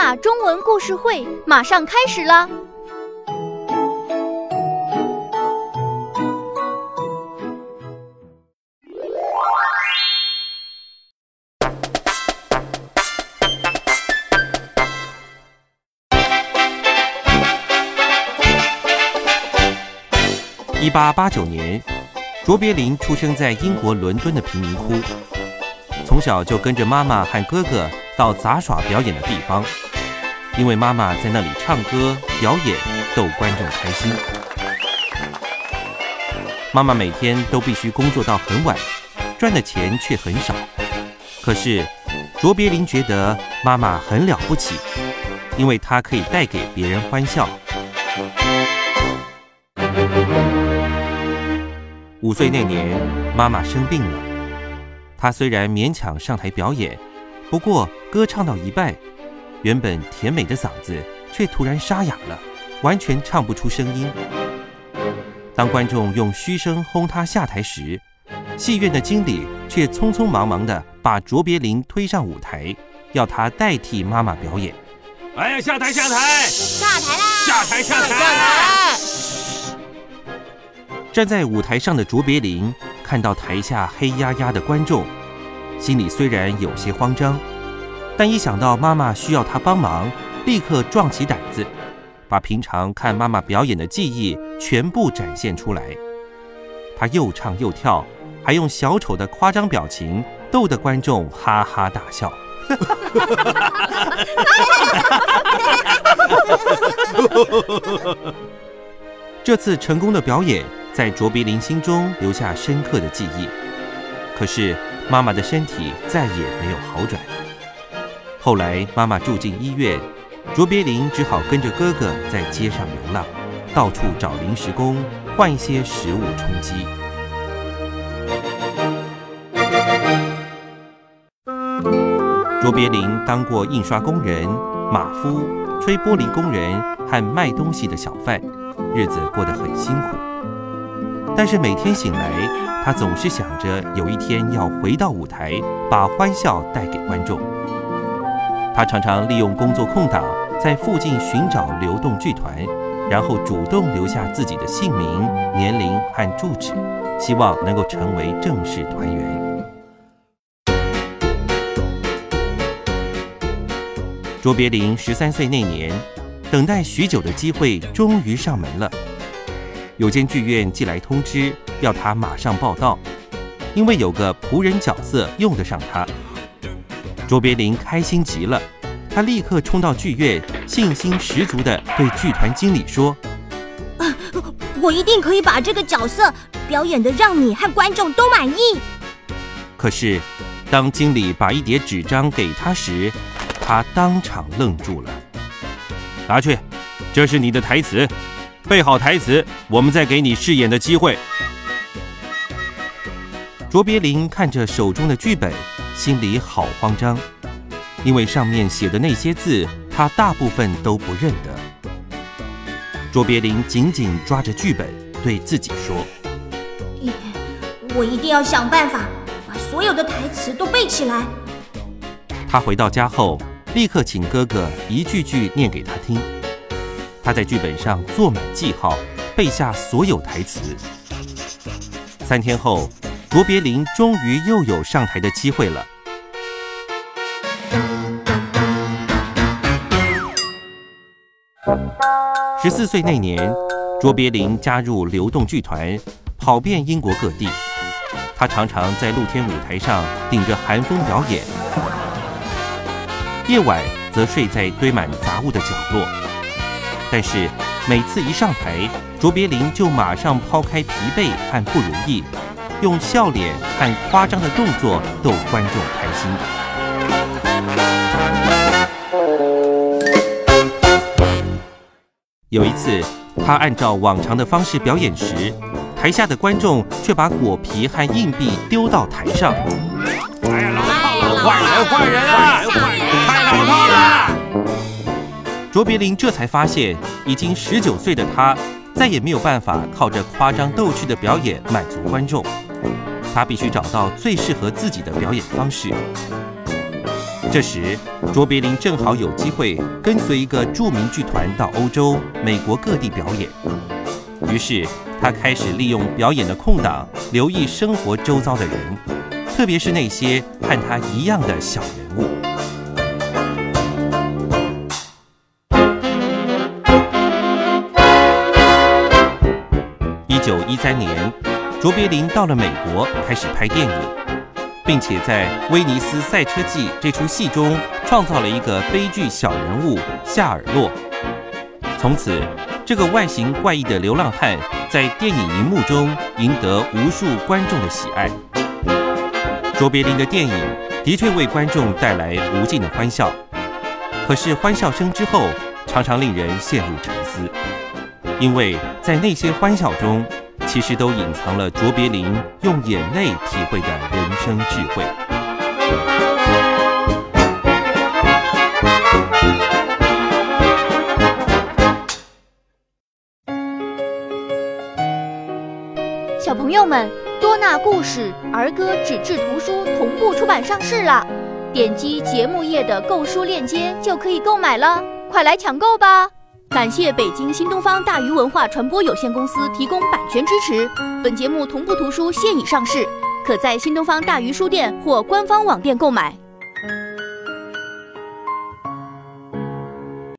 玛中文故事会马上开始啦 ！1889年，卓别林出生在英国伦敦的贫民窟，从小就跟着妈妈和哥哥到杂耍表演的地方，因为妈妈在那里唱歌表演，逗观众开心。妈妈每天都必须工作到很晚，赚的钱却很少。可是卓别林觉得妈妈很了不起，因为她可以带给别人欢笑。5岁那年，妈妈生病了。她虽然勉强上台表演，不过歌唱到一半，原本甜美的嗓子却突然沙哑了，完全唱不出声音。当观众用嘘声轰她下台时，戏院的经理却匆匆忙忙地把卓别林推上舞台，要她代替妈妈表演。 哎呀，下台下台！ 下台啦！ 下台下台！ 下台！ 站在舞台上的卓别林看到台下黑压压的观众，心里虽然有些慌张，但一想到妈妈需要他帮忙，立刻壮起胆子，把平常看妈妈表演的记忆全部展现出来。他又唱又跳，还用小丑的夸张表情，逗得观众哈哈大笑。这次成功的表演在卓别林心中留下深刻的记忆。可是妈妈的身体再也没有好转。后来妈妈住进医院，卓别林只好跟着哥哥在街上流浪，到处找临时工，换一些食物充饥。卓别林当过印刷工人、马夫、吹玻璃工人和卖东西的小贩，日子过得很辛苦。但是每天醒来，他总是想着有一天要回到舞台，把欢笑带给观众。他常常利用工作空档，在附近寻找流动剧团，然后主动留下自己的姓名、年龄和住址，希望能够成为正式团员。卓别林13岁那年，等待许久的机会终于上门了。有间剧院寄来通知，要他马上报到，因为有个仆人角色用得上他。卓别林开心极了，他立刻冲到剧院，信心十足地对剧团经理说：“ 我一定可以把这个角色表演得让你和观众都满意。” 可是，当经理把一叠纸张给他时，他当场愣住了。拿去，这是你的台词，背好台词，我们再给你饰演的机会。卓别林看着手中的剧本，心里好慌张，因为上面写的那些字，他大部分都不认得。卓别林紧紧抓着剧本，对自己说：“ 我一定要想办法把所有的台词都背起来。” 他回到家后，立刻请哥哥一句句念给他听。他在剧本上做满记号，背下所有台词。3天后，卓别林终于又有上台的机会了。14岁那年，卓别林加入流动剧团，跑遍英国各地。他常常在露天舞台上顶着寒风表演，夜晚则睡在堆满杂物的角落。但是每次一上台，卓别林就马上抛开疲惫和不如意，用笑脸和夸张的动作逗观众开心。有一次，他按照往常的方式表演时，台下的观众却把果皮和硬币丢到台上。 哎呀，老套了，坏人啊！太老套了！ 卓别林这才发现，已经19岁的他再也没有办法靠着夸张逗趣的表演满足观众，他必须找到最适合自己的表演方式。 这时，卓别林正好有机会跟随一个著名剧团到欧洲、美国各地表演。于是，他开始利用表演的空档，留意生活周遭的人，特别是那些和他一样的小人物。1913年，卓别林到了美国，开始拍电影，并且在《威尼斯赛车记》这出戏中创造了一个悲剧小人物夏尔洛。从此，这个外形怪异的流浪汉在电影荧幕中赢得无数观众的喜爱。卓别林的电影的确为观众带来无尽的欢笑，可是欢笑声之后，常常令人陷入沉思，因为在那些欢笑中，其实都隐藏了卓别林用眼泪体会的人生智慧。 小朋友们，多纳故事儿歌纸质图书同步出版上市了，点击节目页的购书链接就可以购买了，快来抢购吧！感谢北京新东方大鱼文化传播有限公司提供版权支持。本节目同步图书现已上市，可在新东方大鱼书店或官方网店购买。